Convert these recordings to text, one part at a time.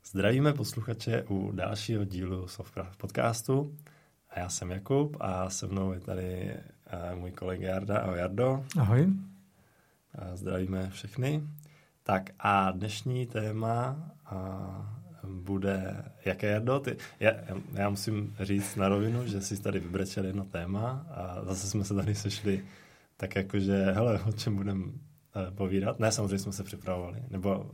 Zdravíme posluchače u dalšího dílu Softcraft podcastu. A já jsem Jakub a se mnou je tady můj kolega Jarda. Ahoj Jardo. Ahoj. A zdravíme všechny. Tak a dnešní téma bude, jaké Jardo? Já musím říct na rovinu, že jsi tady vybrečel jedno téma a zase jsme se tady sešli tak jakože, hele, o čem budeme povídat? Ne, samozřejmě jsme se připravovali, nebo...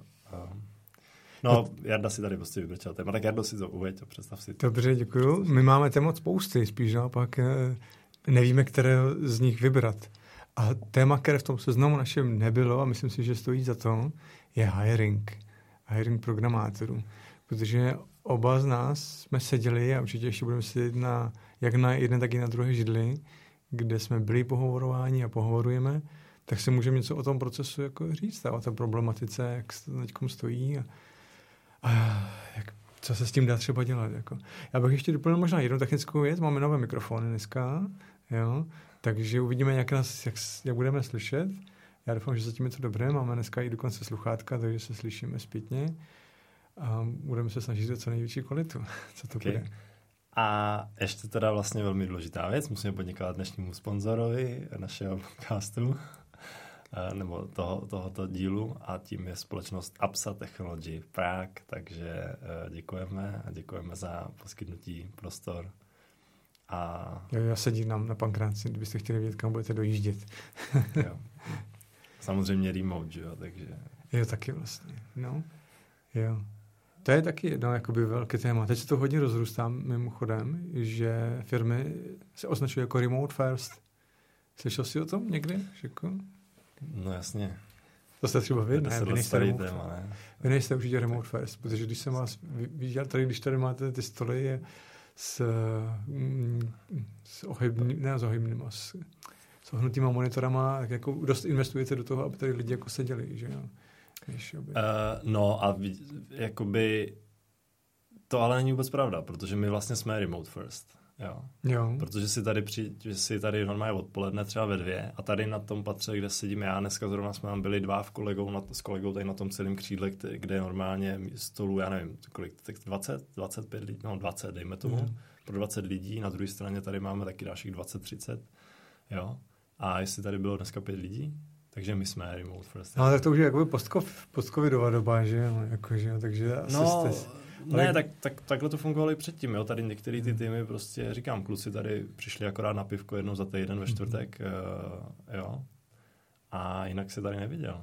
No, Jarda si tady prostě vybrčel téma. Tak Jardo si to uveď a představ si to. Dobře, děkuju. My máme témat spousty, spíš naopak nevíme, které z nich vybrat. A téma, které v tom seznamu našem nebylo, a myslím si, že stojí za to, je hiring. Hiring programátorů. Protože oba z nás jsme seděli a určitě ještě budeme sedět jak na jedné, tak i na druhé židli, kde jsme byli pohovorováni a pohovorujeme, tak si můžeme něco o tom procesu jako říct a o té problematice, jak se to teďkom stojí a co se s tím dá třeba dělat. Jako. Já bych ještě doplnil možná jednu technickou věc. Máme nové mikrofony dneska, jo? Takže uvidíme, jak budeme slyšet. Já doufám, že zatím je to dobré. Máme dneska i dokonce sluchátka, takže se slyšíme zpětně a budeme se snažit o co největší kvalitu. Co to bude. A ještě teda vlastně velmi důležitá věc. Musíme poděkovat dnešnímu sponzorovi našeho podcastu, nebo tohoto dílu, a tím je společnost Apsa Technology Prague, takže děkujeme za poskytnutí prostor. Já sedím na Pankránci, kdybyste chtěli vědět, kam budete dojíždět. Jo. Samozřejmě remote, jo, takže... Jo, taky vlastně, no. Jo. To je taky jedno jakoby velké téma. Teď se to hodně rozrůstá mimochodem, že firmy se označují jako remote first. Slyšel jsi o tom někdy? Jako... No jasně. To jste třeba vy? Ne, vy nejste určitě remote first, protože když jsem vás viděl tady, když tady máte ty stoly s ohnutýma monitorama, tak jako dost investujete do toho, aby tady lidi jako seděli, že jo? No a jakoby to ale není vůbec pravda, protože my vlastně jsme remote first. Jo. Protože si tady normálně odpoledne třeba ve 2 a tady na tom patře, kde sedím já, dneska zrovna jsme tam byli dva s kolegou tady na tom celém křídle, kde normálně stolů, já nevím, kolik, tak 25 lidí, no 20, dejme tomu, pro 20 lidí, na druhé straně tady máme taky dalších 20-30, jo. A jestli tady bylo dneska 5 lidí, takže my jsme remote first. No, tak to už je jakoby post-covidová doba, že jo, jakože, takže asi takhle to fungovalo i předtím, jo, tady některé ty týmy prostě, říkám, kluci tady přišli akorát na pivko jednou za týden ve čtvrtek, jo, a jinak se tady neviděl,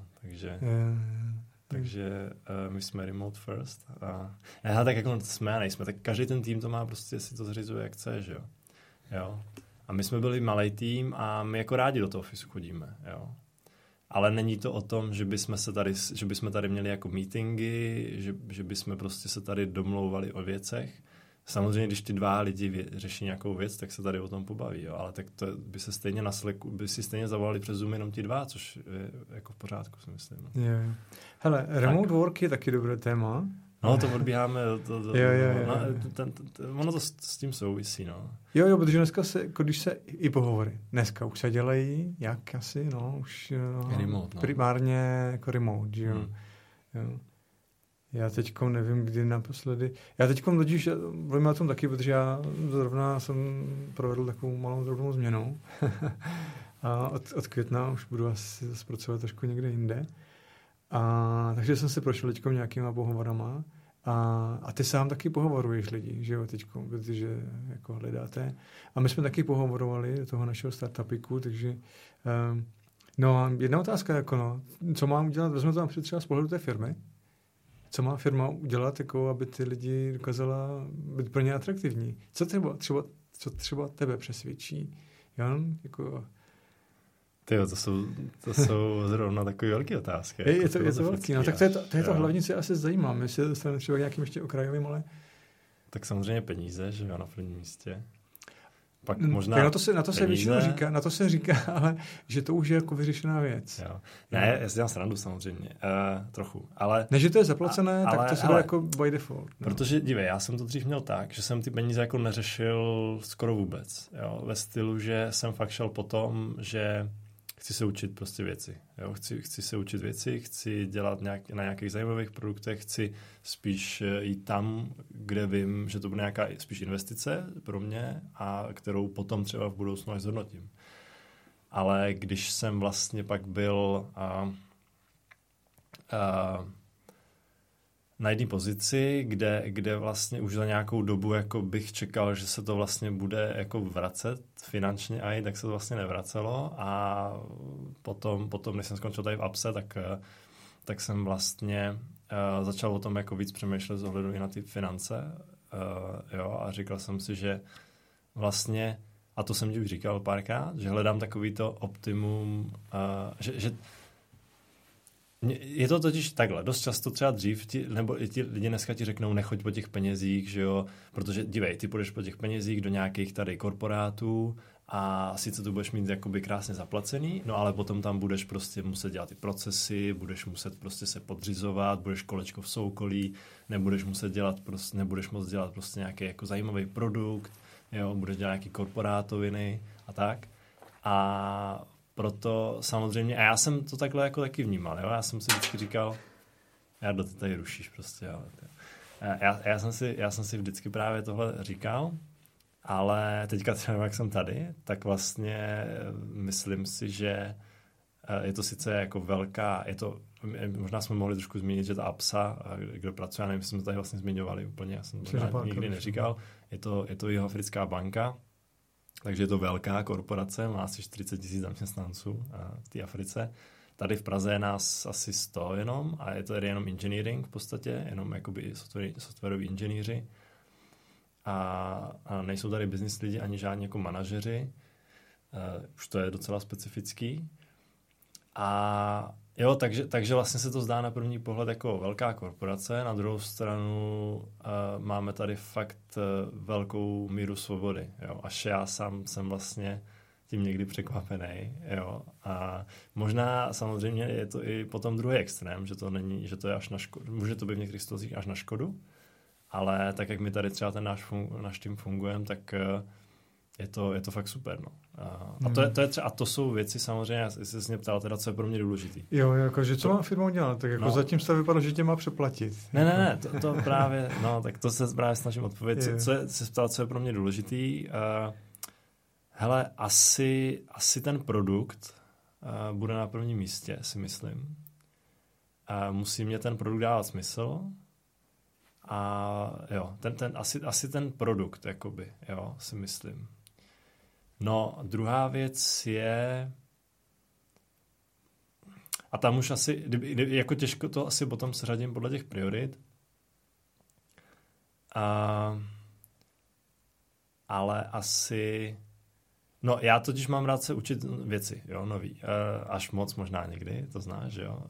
takže my jsme remote first a tak jako jsme a nejsme, tak každý ten tým to má prostě, si to zřizuje jak chce, že jo. A my jsme byli malej tým a my jako rádi do toho ofisu chodíme, jo. Ale není to o tom, že bychom tady měli jako meetingy, že bychom prostě se tady domlouvali o věcech. Samozřejmě, když ty dva lidi řeší nějakou věc, tak se tady o tom pobaví, jo. Ale tak to by se stejně na Slacku, by si stejně zavolali přes Zoom jenom ti dva, což je jako v pořádku, si myslím. No. Yeah. Hele, remote work je taky dobré téma. No, to odbíháme. Ono to s tím souvisí, no. Jo, protože dneska když se i pohovory, dneska už se dělají, jak asi, no, už remote, no. Primárně jako remote, že jo. Jo. Já teďkom nevím, kdy naposledy. Já teďkom totiž mluvím o tom taky, protože já zrovna jsem provedl takovou malou drobnou změnu. A od května už budu asi zpracovat trošku někde jinde. Takže jsem si prošel teďkom nějakýma pohovorama a ty sám taky pohovoruješ lidi, že jo, teďkom, protože jako hledáte. A my jsme taky pohovorovali do toho našeho startupiku, takže no jedna otázka, jako no, co mám udělat, vezmu to například třeba z pohledu té firmy, co má firma udělat, jako aby ty lidi dokázala být pro ně atraktivní. Co třeba tebe přesvědčí? Jo, jako... Tyjo, to jsou zrovna takové velké otázky. Je to velký, no tak to je to hlavní, co asi zajímá. My se dostaneme třeba nějakým ještě okrajovým, ale... Tak samozřejmě peníze, že jo, na prvním místě. Pak možná na to se většinou říká, na to se říká, ale že to už je jako vyřešená věc. Jo. Ne, já si dělám srandu samozřejmě, trochu, ale... Ne, že to je zaplacené, tak to se dá jako by default. No. Protože, dívej, já jsem to dřív měl tak, že jsem ty peníze jako neřešil skoro vůbec, jo, ve stylu, že jsem fakt šel po tom, že chci se učit prostě věci. Jo? Chci se učit věci, chci dělat na nějakých zajímavých produktech, chci spíš jít tam, kde vím, že to bude nějaká spíš investice pro mě a kterou potom třeba v budoucnu až zhodnotím. Ale když jsem vlastně pak byl na jedné pozici, kde vlastně už za nějakou dobu jako bych čekal, že se to vlastně bude jako vracet finančně a tak se to vlastně nevracelo a potom když jsem skončil tady v Apse, tak jsem vlastně začal o tom jako víc přemýšlet z ohledu i na ty finance a říkal jsem si, že vlastně, a to jsem ti už říkal párkrát, že hledám takový to optimum, že je to totiž takhle, dost často třeba dřív, nebo i ti lidi dneska ti řeknou, nechoď po těch penězích, že jo, protože dívej, ty půjdeš po těch penězích do nějakých tady korporátů a sice to budeš mít jakoby krásně zaplacený, no ale potom tam budeš prostě muset dělat ty procesy, budeš muset prostě se podřizovat, budeš kolečko v soukolí, nebudeš moct dělat prostě nějaký jako zajímavý produkt, jo, budeš dělat nějaký korporátoviny a tak. A proto samozřejmě, a já jsem to takhle jako taky vnímal, jo? Já jsem si vždycky říkal, Jardo, ty tady rušíš prostě, ale já jsem si vždycky právě tohle říkal, ale teďka třeba, jak jsem tady, tak vlastně myslím si, že je to sice jako velká, možná jsme mohli trošku zmínit, že ta APSA, kde pracuje, já nevím, jsme to tady vlastně zmiňovali úplně, já jsem to nikdy neříkal, je to Jihoafrická banka, takže je to velká korporace, má asi 40 000 zaměstnanců v té Africe. Tady v Praze je nás asi 100 jenom a je to jenom engineering v podstatě, jenom jakoby softwaroví inženýři. A nejsou tady business lidi ani žádní jako manažeři. Už to je docela specifický. A jo, takže vlastně se to zdá na první pohled jako velká korporace, na druhou stranu máme tady fakt velkou míru svobody, jo, až já sám jsem vlastně tím někdy překvapený, jo, a možná samozřejmě je to i potom druhý extrém, že to je až na škodu, může to být v některých situacích až na škodu, ale tak, jak my tady třeba ten náš tým fungujeme, tak je to fakt super, no. A to jsou věci samozřejmě, jestli jsi mě ptal teda, co je pro mě důležitý. Jo, jakože co má firmou dělat, tak jako zatím se vypadalo, že tě má přeplatit. Ne, to právě, no, tak to se právě snažím odpovědět. Co je pro mě důležitý? Hele, asi ten produkt bude na prvním místě, si myslím. Musí mě ten produkt dávat smysl a jo, asi ten produkt, jakoby, jo, si myslím. No, druhá věc je, a tam už asi, jako těžko to asi potom seřadím podle těch priorit, ale asi, no já totiž mám rád se učit věci, jo, nový, až moc možná někdy, to znáš, jo,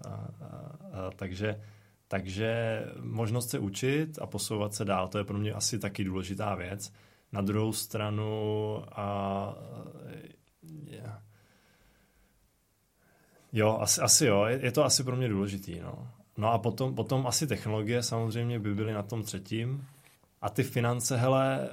takže možnost se učit a posouvat se dál, to je pro mě asi taky důležitá věc. Na druhou stranu jo, asi jo, je to asi pro mě důležitý, no. No a potom asi technologie samozřejmě by byly na tom třetím a ty finance, hele,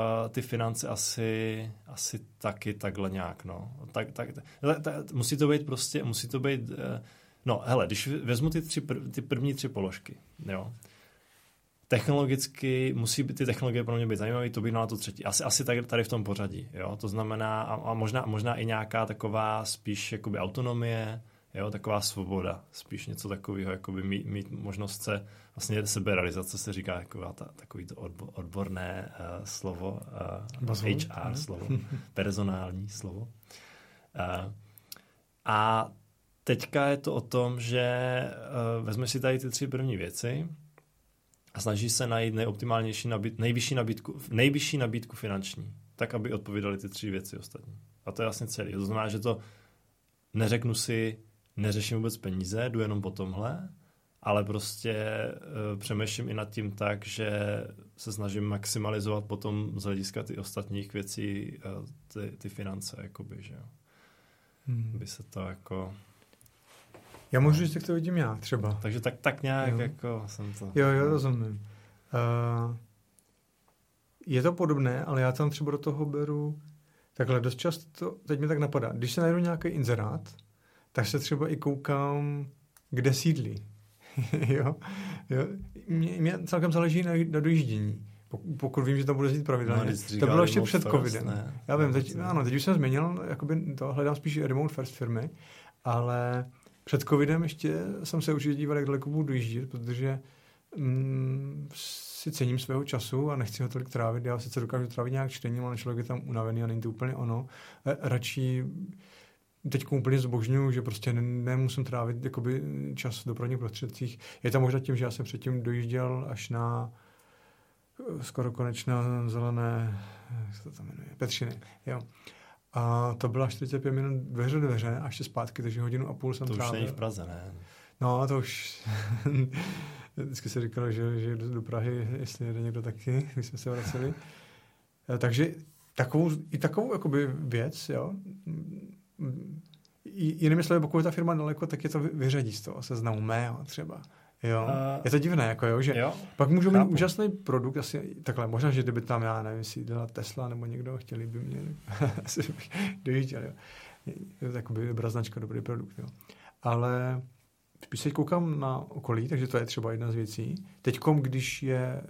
asi taky takhle nějak, no. Musí to být no, hele, když vezmu ty první tři položky, jo, technologicky musí ty technologie pro mě být zajímavé, to by na to třetí. Asi tady v tom pořadí, jo, to znamená a možná i nějaká taková spíš jakoby autonomie, jo, taková svoboda, spíš něco takového, jakoby mít možnost se, vlastně seberealizace se říká takový to odborné slovo, HR slovo, personální slovo. A teďka je to o tom, že vezmeš si tady ty tři první věci a snažíš se najít nejoptimálnější nejvyšší nabídku finanční, tak, aby odpovídaly ty tři věci ostatní. A to je vlastně celý. To znamená, že to neřeknu si, neřeším vůbec peníze, jdu jenom po tomhle, ale prostě přemýšlím i nad tím tak, že se snažím maximalizovat potom z hlediska ty ostatních věcí ty finance, jakoby, že jo. By se to jako... Já můžu říct, jak to vidím já třeba. Takže tak nějak jako jsem to... Jo, rozumím. Je to podobné, ale já tam třeba do toho beru takhle dost často, teď mi tak napadá, když se najdu nějaký inzerát tak se třeba i koukám, kde sídlí. jo? Mě celkem záleží na dojíždění. Pokud vím, že tam bude jezdit pravidelně. To bylo ještě před covidem. Ne? Já vím, teď už jsem změnil, jakoby to hledám spíš remote first firmy, ale před covidem ještě jsem se určitě díval, jak daleko budu dojíždět, protože si cením svého času a nechci ho tolik trávit. Já sice dokážu trávit nějak čtením, ale člověk je tam unavený a není to úplně ono. Radši teď úplně zbožňuju, že prostě nemusím trávit jakoby čas v dopravních prostředcích. Je to možná tím, že já jsem předtím dojížděl až na skoro konečná zelené, jak se to tam jmenuje, Petřiny. Jo. A to byla 45 minut dveře a ještě zpátky, takže 1,5 hodiny jsem trávil. To už není v Praze, ne? No, to už... Vždycky se říkalo, že do Prahy, jestli jede někdo taky, když jsme se vraceli. Takže takovou jakoby věc, jo. Jinými slovy, pokud je ta firma daleko, tak je to vyřadí z toho seznamu mého třeba. Jo. Je to divné, jako jo, že jo, pak můžu mít úžasný produkt, asi takhle, možná, že kdyby tam, já nevím, si dělala Tesla nebo někdo, chtěli by mě asi dojížděl, jo. Je to takový dobrá značka, dobrý produkt, jo. Ale spíš se koukám na okolí, takže to je třeba jedna z věcí. Teďkom, když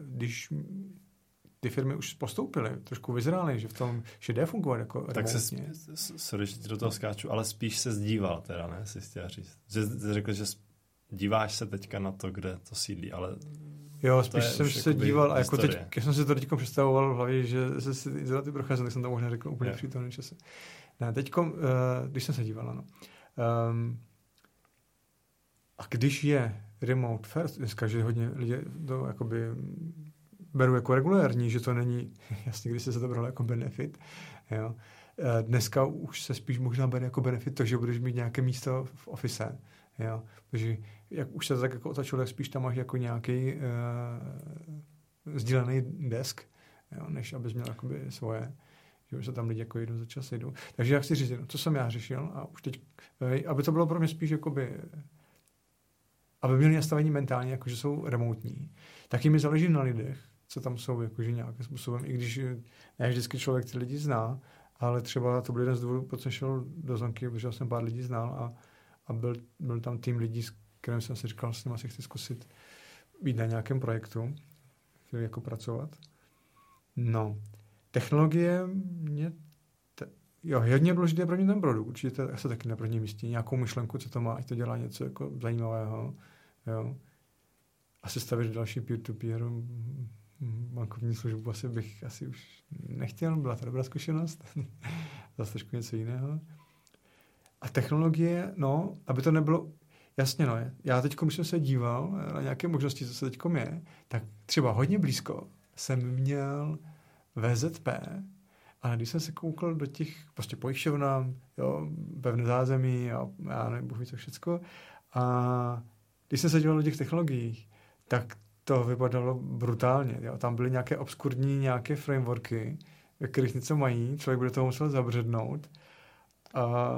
ty firmy už postoupily, trošku vyzrály, že v tom, že jde fungovat jako tak remotně. Sorry, že ti do toho skáču, ale spíš se zdíval teda, ne, si chtěla říct. Že řekl, že díváš se teďka na to, kde to sídlí, ale... Jo, spíš jsem se díval a jako teď, když jsem si to teďkom představoval v hlavě, že se si za ty procházel, tak jsem to možná řekl úplně při tom čase. Ne, teďkom, když jsem se díval, ano. A když je remote first, dneska, že hodně lidí to jakoby beru jako regulérní, že to není, jasně, když se to bralo jako benefit, jo. Dneska už se spíš možná bere jako benefit to, že budeš mít nějaké místo v office, jo. Protože jak už se to tak jako otačilo, tak spíš tam máš jako nějaký sdílený desk, jo, než abys měl jakoby svoje, že už se tam lidi jako jednou za čas jdou. Takže jak si říct, co jsem já řešil a už teď, aby to bylo pro mě spíš jakoby aby měli nastavení mentálně, jakože jsou remotní, tak jim záleží na lidech, co tam jsou, jakože nějakým způsobem, i když ne vždycky člověk ty lidi zná, ale třeba to byl jeden z důvodů, proč jsem šel do Zonky, protože jsem pár lidí znal a byl tam tým lidí, s kterým jsem si říkal, s nimi si chci zkusit být na nějakém projektu, chtěli jako pracovat. No, technologie je hodně důležité pro mě ten produkt, určitě to je asi taky na prvním místě, nějakou myšlenku, co to má, ať to dělá něco jako zajímavého, jo. Asi stavit další peer-to-peer bankovní službu bych asi už nechtěl, byla to dobrá zkušenost, zase trošku něco jiného. A technologie, no, aby to nebylo, jasně no, já teď, když jsem se díval na nějaké možnosti, co se teď je, tak třeba hodně blízko jsem měl VZP, ale když jsem se koukal do těch prostě pojišťovnám, jo, pevné zázemí a já nevím, Bůh ví co všecko, a když jsem se díval do těch technologií, tak to vypadalo brutálně. Jo. Tam byly nějaké obskurní nějaké frameworky, ve kterých něco mají, člověk by do toho musel zabřednout. A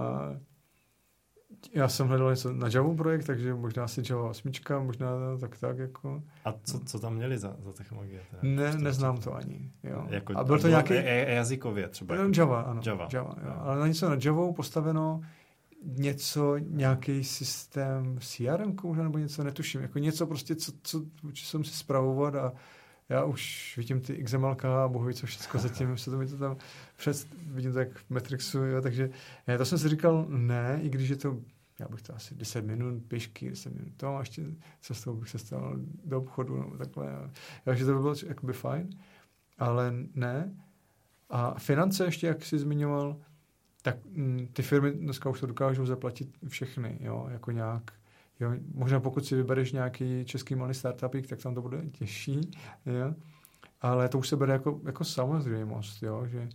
já jsem hledal něco na Java projekt, takže možná asi Java 8, možná tak jako. A co tam měli za technologie? Neznám to ani. Jo. Jako, a byl to nějaký jazykově třeba? Jako... Java, ano. Java, jo. Ale na něco na Javou postaveno nějaký systém CRM možná, nebo něco, netuším. Jako něco prostě, co jsem si spravovat a já už vidím ty XMLka a bohu ví co všechno zatím, se to mi to tam vidím to jak v Matrixu, jo, takže to jsem si říkal ne, i když je to, já bych to asi 10 minut pěšky, 10 minut to a ještě cestou bych se stal do obchodu nebo takhle. Takže to by bylo jakoby fajn, ale ne. A finance ještě, jak jsi zmiňoval, tak ty firmy dneska už to dokážou zaplatit všechny, jo, jako nějak. Jo, možná pokud si vybereš nějaký český malý startupík, tak tam to bude těžší, jo. Ale to už se bere jako samozřejmost, jo, že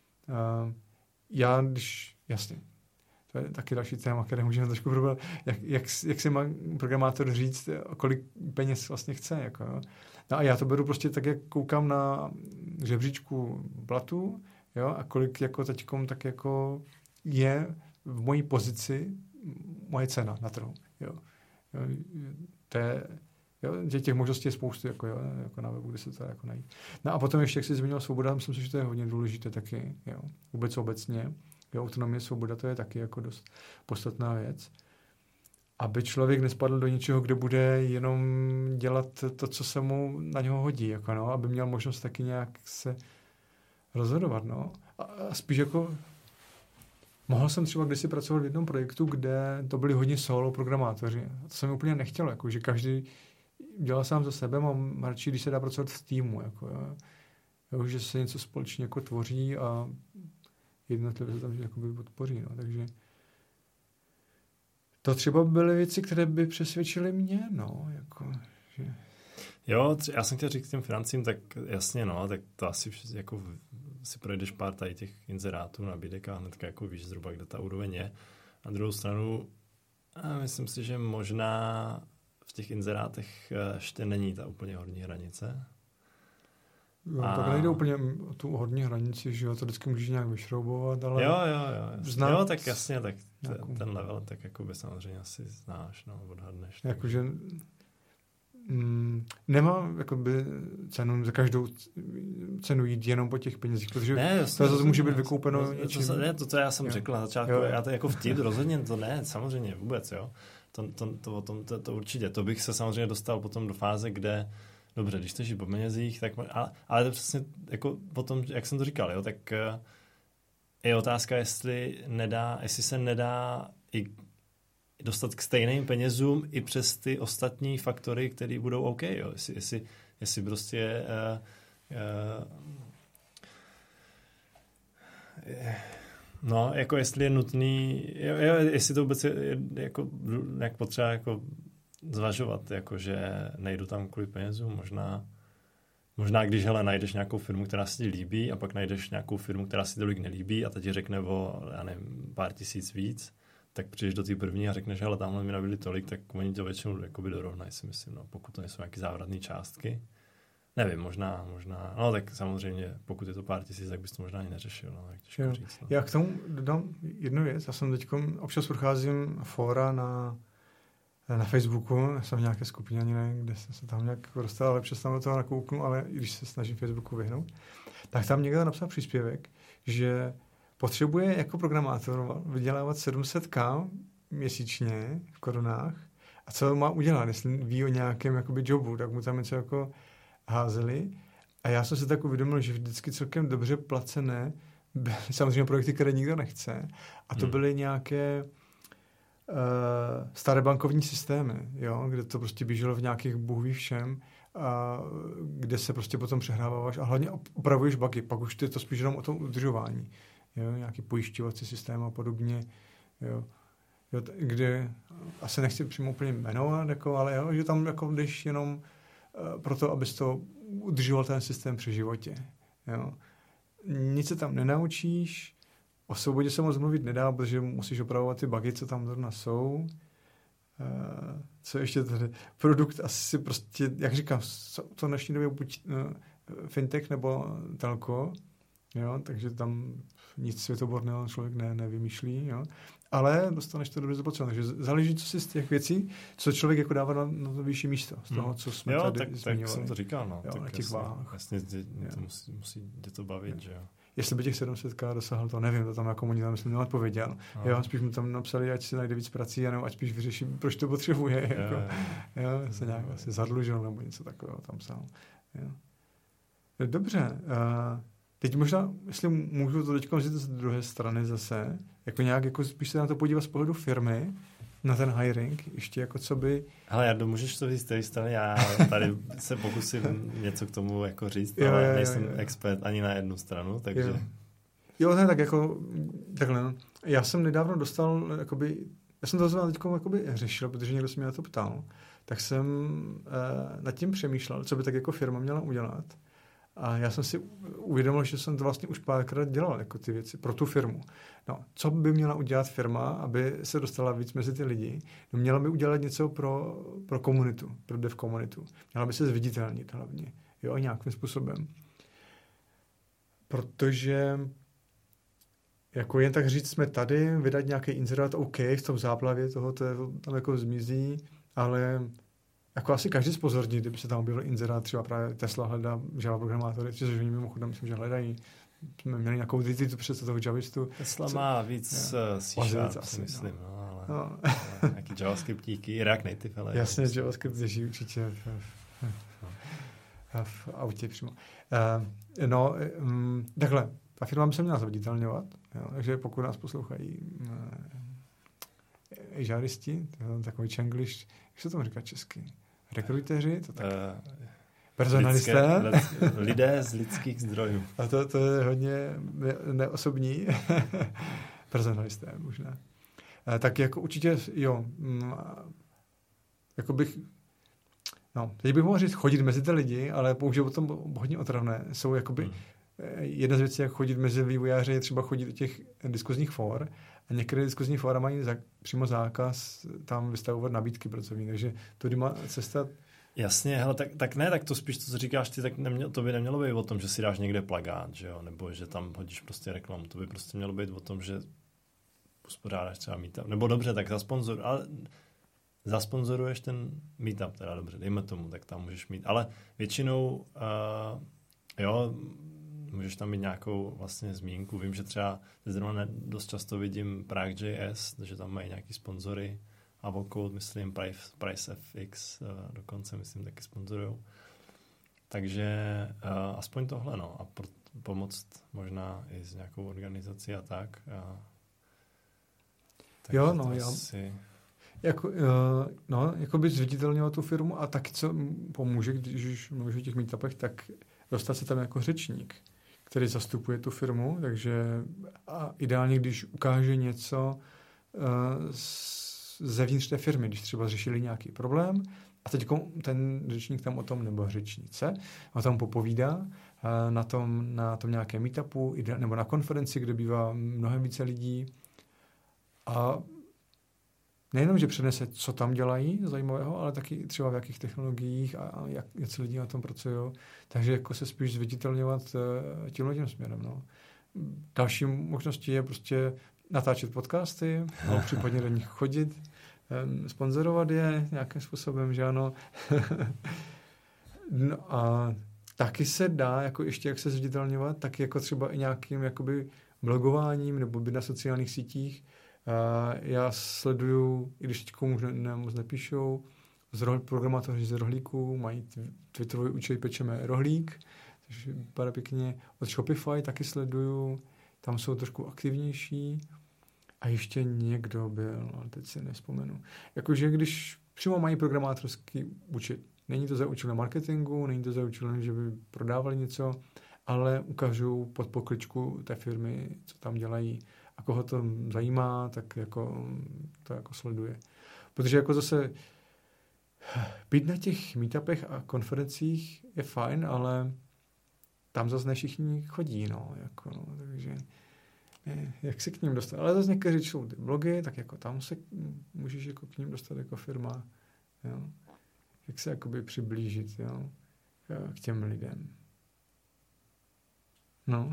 já když, jasně, to je taky další téma, které můžeme trošku probrat, jak si má programátor říct, kolik peněz vlastně chce, jako, jo. No a já to beru prostě tak, jak koukám na žebříčku platu, jo, a kolik jako teďkom tak jako je v mojí pozici moje cena na trhu, jo. To je, jo, těch možností je spoustu, jako na webu, kde se to jako najít. No a potom ještě, jak jsi zmínil svoboda, myslím si, že to je hodně důležité taky, jo, vůbec obecně, Jo, autonomie, svoboda, to je taky jako dost podstatná věc. Aby člověk nespadl do něčeho, kde bude jenom dělat to, co se mu na něho hodí, jako no, aby měl možnost taky nějak se rozhodovat, no. A spíš jako mohl jsem třeba kdysi pracovat v jednom projektu, kde to byli hodně solo programátoři. To jsem úplně nechtěl, jako, že každý dělal sám za sebe, mám radši, když se dá pracovat v týmu, jako, jo, že se něco společně jako tvoří a jednotlivě se tam jakoby podpoří, no, takže to třeba byly věci, které by přesvědčily mě, no, jako, že... Jo, já jsem chtěl říct k těm financím, tak jasně, no, tak to asi jako si projdeš pár tady těch inzerátů, nabídek a hnedka jako víš zhruba, kde ta úroveň je. Na druhou stranu, myslím si, že možná v těch inzerátech ještě není ta úplně horní hranice. Jo, tak nejde úplně o tu horní hranici, že jo, to vždycky můžeš nějak vyšroubovat, ale... Jo, tak jasně, tak ten level, tak jako by samozřejmě asi znáš, no, odhadneš. Jakože nemá jakoby cenu za každou cenu jít jenom po těch penězích, protože to zase může být vykoupeno něčím. To já jsem řekl na začátku, já to jako vtip, rozhodně to ne, samozřejmě vůbec, jo. To určitě, to bych se samozřejmě dostal potom do fáze, kde dobře, když to žít po penězích, tak ale to přesně jako potom, jak jsem to říkal, jo, tak je otázka, jestli se nedá i dostat k stejným penězům i přes ty ostatní faktory, které budou OK, jo. Jestli prostě no, jako jestli je nutný, jestli to vůbec je jako jak potřeba jako zvažovat, jako že nejdu tam kvůli penězům, možná když najdeš nějakou firmu, která si ti líbí a pak najdeš nějakou firmu, která si tolik nelíbí a ta ti řekne o, já nevím, pár tisíc víc, tak přijdeš do té první a řekneš, hele, tamhle mi nabídli tolik, tak oni to většinou jakoby dorovnají, si myslím, no, pokud to nejsou nějaké závratné částky. Nevím, možná, no tak samozřejmě, pokud je to pár tisíc, tak bys to možná ani neřešil, no, tak těžko říct. No. Já k tomu dodám jednu věc, já jsem teď občas procházím fóra na Facebooku, já jsem v nějaké skupině, ani nevím, kde jsem se tam nějak dostal, ale přes tam do toho nakouknu, ale i když se snažím Facebooku vyhnout, tak tam někdo napsal příspěvek, že potřebuje jako programátor vydělávat 700K měsíčně v korunách a co má udělat, jestli ví o nějakém jakoby jobu, tak mu tam něco jako házeli a já jsem se tak uvědomil, že vždycky celkem dobře placené byly samozřejmě projekty, které nikdo nechce a to byly nějaké staré bankovní systémy, jo, kde to prostě běželo v nějakých bůh všem, a kde se prostě potom přehráváváš a hlavně opravuješ bugy, pak už je to spíš jenom o tom udržování, jo, nějaký pojišťovací systém a podobně, jo, kde asi nechci přímo úplně jmenovat, jako, ale jo, že tam jako jdeš jenom proto, abys to udržoval ten systém při životě, jo. Nic se tam nenaučíš, o svobodě se moc mluvit nedá, protože musíš opravovat ty bugy, co tam zrovna jsou. Co ještě tady? Produkt asi prostě, jak říkám, to dnešní době buď fintech nebo telko, jo, takže tam nic světoborného člověk nevymýšlí, jo. Ale dostaneš to dobře zaplaceno. Takže záleží, co si z těch věcí, co člověk jako dává na to vyšší místo, z toho, co jsme tady zmiňovali. Tak jsem to říkal, no. Jo, tak na těch váhách. Jasně, to musí tě to bavit, jo. Že jo. Jestli by těch 700K dosáhl, to nevím, to tam jako oni tam myslím neodpověděl. Jo, spíš mu tam napsali, ať si najde víc prací, anebo ať spíš vyřeší, proč to potřebuje. Jo, se nějak asi zadlužil nebo něco takového tam psal. Jo. Dobře, teď možná, jestli můžu to teď vzít z druhé strany zase, jako nějak, jako spíš se na to podívat z pohledu firmy, na ten hiring, ještě jako co by... Hele, Jardo, můžeš to říct z té strany, já tady se pokusím něco k tomu jako říct, ale nejsem expert ani na jednu stranu, takže... Jo, ne, tak jako, takhle, no. Já jsem nedávno dostal, jakoby, já jsem to zrovna teď jakoby řešil, protože někdo se mě na to ptal, tak jsem nad tím přemýšlel, co by tak jako firma měla udělat. A já jsem si uvědomil, že jsem to vlastně už párkrát dělal, jako ty věci, pro tu firmu. No, co by měla udělat firma, aby se dostala víc mezi ty lidi? No, měla by udělat něco pro komunitu, pro dev komunitu. Měla by se zviditelnit hlavně, jo, nějakým způsobem. Protože jako jen tak říct, jsme tady, vydat nějaký inzerát, OK, v tom záplavě toho to tam jako zmizí, ale jako asi každý zpozorní, kdyby se tam objevil inzerát, třeba právě Tesla hledá Java programátory, což oni mimochodem myslím, že hledají, jsme měli nějakou identitu přes toho javistu. Tesla má víc C-Sharp, si myslím, no, ale nějaký javascriptíky, React Native, ale... Jasně, JavaScript leží určitě v autě přímo. Takhle, ta firma by se měla zviditelňovat, takže pokud nás poslouchají žáristi, takový čangliš, jak se tomu říká česky? Rekrutéři? To tak... Personalisté? Lidé z lidských zdrojů. A to je hodně neosobní. Personalisté možná. Tak jako určitě, jo, jako bych, teď bych mohl říct chodit mezi ty lidi, ale použiju o tom hodně otravné. Jsou jakoby, jedna z věcí, jak chodit mezi vývojáři, je třeba chodit do těch diskuzních fór a některé diskuzní fóra mají přímo zákaz tam vystavovat nabídky pracovní, takže to má cesta. Jasně, hele, tak to spíš to, co říkáš ty, tak to by nemělo být o tom, že si dáš někde plagát, že jo, nebo že tam hodíš prostě reklamu, to by prostě mělo být o tom, že uspořádáš třeba meetup, nebo dobře, tak zasponzoruješ ten meetup, teda dobře, dejme tomu, tak tam můžeš mít, ale většinou, jo, můžeš tam mít nějakou vlastně zmínku, vím, že třeba zrovna dost často vidím Prague.js, že tam mají nějaký sponzory, Avocode, myslím, PriceFX dokonce, myslím, taky sponzorujou. Takže aspoň tohle, a pomoct možná i s nějakou organizací a tak. Jo, jako by zviditelňovat tu firmu a taky, co pomůže, když mluvíš o těch meetupech, tak dostat se tam jako řečník, který zastupuje tu firmu, takže a ideálně, když ukáže něco zevnitř té firmy, když třeba řešili nějaký problém a teď ten řečník tam o tom, nebo řečnice, o tom popovídá na tom nějakém meetupu nebo na konferenci, kde bývá mnohem více lidí a nejenom, že přenese, co tam dělají zajímavého, ale taky třeba v jakých technologiích a jak lidi na tom pracují. Takže jako se spíš zviditelňovat tím směrem. No. Další možností je prostě natáčet podcasty, případně do nich chodit, sponzorovat je nějakým způsobem, že ano. No a taky se dá, jako ještě jak se zviditelňovat, tak jako třeba i nějakým jakoby blogováním nebo by na sociálních sítích. Já sleduju, i když teď moc nepíšou, programátoři z rohlíků, mají twitterový účet Pečeme rohlík, což vypadá pěkně. Od Shopify taky sleduju, tam jsou trošku aktivnější. A ještě někdo byl, ale teď si nevzpomenu. Jakože když přímo mají programátorský účet, není to za účelem marketingu, není to za účelem, že by prodávali něco, ale ukážou pod pokličku té firmy, co tam dělají. A koho to zajímá, tak jako to jako sleduje. Protože jako zase být na těch meetupech a konferencích je fajn, ale tam zase ne všichni chodí, takže jak se k ním dostat. Ale zase někteří čtou ty blogy, tak jako tam se můžeš jako k ním dostat jako firma. Jo? Jak se jakoby přiblížit, jo? K těm lidem. No.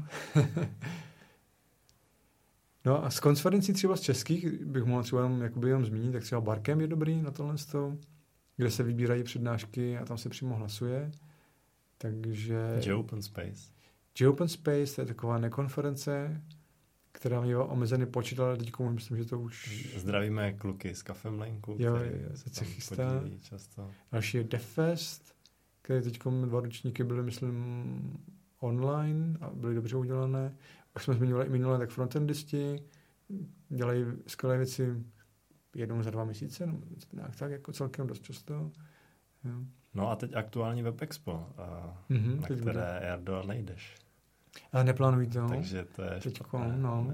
No a z konferencí třeba z českých bych mohl třeba jenom zmínit, tak třeba Barkem je dobrý na tohle, kde se vybírají přednášky a tam se přímo hlasuje. Takže... J-Open Space. J-Open Space, to je taková nekonference, která měla omezený počet, ale teď myslím, že to už... Zdravíme kluky z Kafemlenku, jo, se chystá. Často. Další je DevFest, které teď 2 ročníky byly, myslím, online a byly dobře udělané. Už jsme zmiňovali i minulé, tak frontendisti dělají skvělé věci jednou za 2 měsíce, no, nějak tak, jako celkem dost často. Jo. No a teď aktuální WebExpo, na které, Jardo, nejdeš. A neplánují to. Takže to je špatné. No.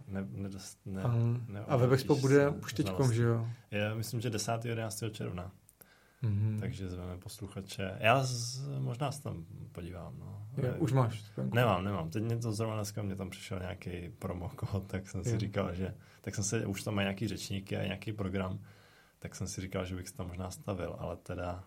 Ne, a WebExpo bude už teďkom, že jo? Já myslím, že 10. 11. června. Takže zveme posluchače. Já možná se tam podívám. No. Už máš? Nemám. Teď mě to zrovna dneska, mě tam přišel nějaký promokód, tak jsem si říkal, že už tam mají nějaký řečníky a nějaký program, tak jsem si říkal, že bych se tam možná stavil, ale teda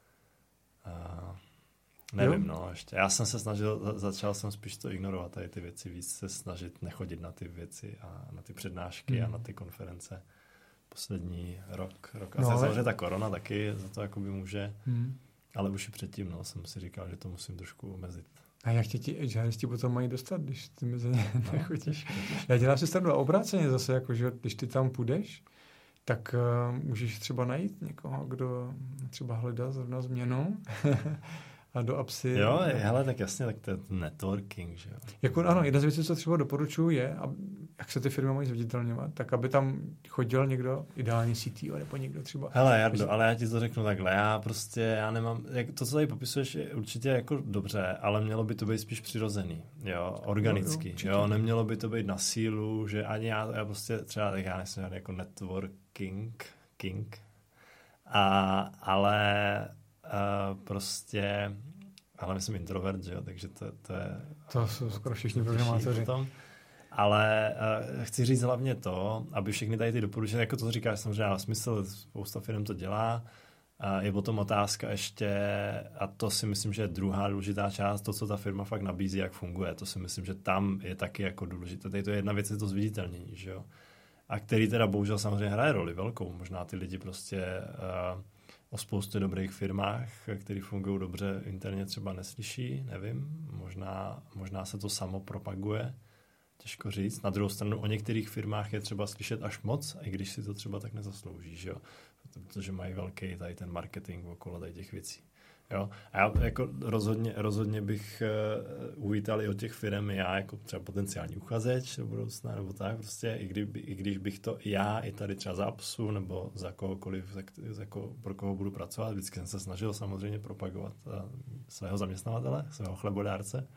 nevím, ještě. Já jsem se začal jsem spíš to ignorovat, tady ty věci, víc se snažit nechodit na ty věci a na ty přednášky a na ty konference. Poslední rok. A samozřejmě ta korona taky za to jakoby může, ale už i předtím jsem si říkal, že to musím trošku omezit. A jak tě ti agentisti potom mají dostat, když ty mezi ně nechodíš? Já dělám si stranu obráceně zase, jako, že když ty tam půjdeš, tak můžeš třeba najít někoho, kdo třeba hledá zrovna změnu a do APSy. Jo, hele, tak jasně, tak to je networking, že jo. Jako, ano, jedna z věcí, co třeba doporučuji, je, jak se ty firmy mají zviditelňovat, tak aby tam chodil někdo, ideálně CTO, nebo někdo třeba. Hele, Jardo, ale já ti to řeknu takhle, já nemám, to, co tady popisuješ, je určitě jako dobře, ale mělo by to být spíš přirozený, jo, organický, jo, nemělo by to být na sílu, že ani já prostě třeba, tak já nejsem jako networking, ale my jsem introvert, že jo, takže to je... To jsou skoro všichni programátoři. Ale chci říct hlavně to, aby všechny tady ty doporučení, jako to říkáš, samozřejmě má smysl, spousta firm to dělá, je potom otázka ještě, a to si myslím, že je druhá důležitá část, to, co ta firma fakt nabízí, jak funguje, to si myslím, že tam je taky jako důležité. Tady to je jedna věc, je to zviditelnění, že jo. A který teda bohužel samozřejmě hraje roli velkou. Možná ty lidi prostě o spoustě dobrých firmách, které fungují dobře interně, třeba neslyší, nevím. Možná se to samo propaguje, těžko říct. Na druhou stranu o některých firmách je třeba slyšet až moc, i když si to třeba tak nezaslouží, že jo? Protože mají velký tady ten marketing okolo tady těch věcí. Jo? A já jako rozhodně bych uvítal i od těch firm, já jako třeba potenciální uchazeč do budoucna, nebo tak prostě, i když bych to já i tady třeba za APSu, nebo za kohokoliv, pro koho budu pracovat, vždycky jsem se snažil samozřejmě propagovat svého zaměstnavatele, svého chlebodárce,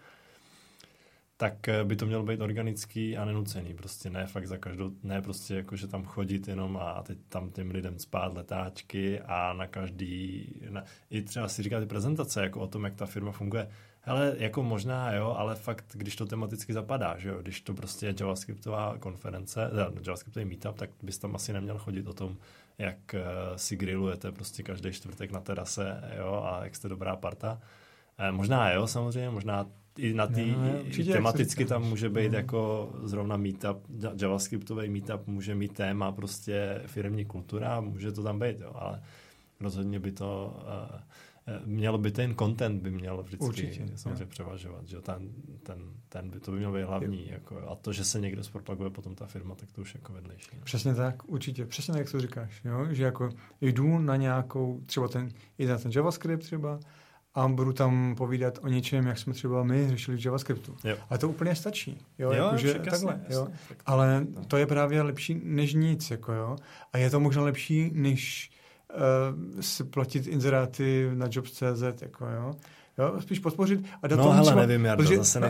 tak by to mělo být organický a nenucený. Prostě ne fakt za každou, ne prostě jako, že tam chodit jenom a teď tam těm lidem spát letáčky a na každý, i třeba si říká ty prezentace jako o tom, jak ta firma funguje. Hele, jako možná, jo, ale fakt, když to tematicky zapadá, že jo, když to prostě je javascriptová konference, javascriptový meetup, tak bys tam asi neměl chodit o tom, jak si grillujete prostě každý čtvrtek na terase, jo, a jak jste dobrá parta. Možná, jo, samozřejmě, možná i na tý, tematicky tam může být jako zrovna meetup, javascriptový meetup může mít téma prostě firemní kultura, může to tam být, jo, ale rozhodně by to mělo by ten content by měl vždycky samozřejmě převažovat, že ten by to by mělo být hlavní, jako, a to, že se někdo zpropaguje potom ta firma, tak to už jako vedlejší. Ne? Přesně tak, určitě, přesně tak, jak to říkáš, jo? Že jako jdu na nějakou, třeba ten JavaScript třeba, a budu tam povídat o něčem, jak jsme třeba my řešili v JavaScriptu. Jo. A to úplně stačí. Jo, jakože takhle. Jo. Ale to je právě lepší než nic. Jako, jo. A je to možná lepší, než si platit inzeráty na jobs.cz. Jako, jo. Jo, spíš podpořit a dát tomu třeba... nevím, Jardo, zase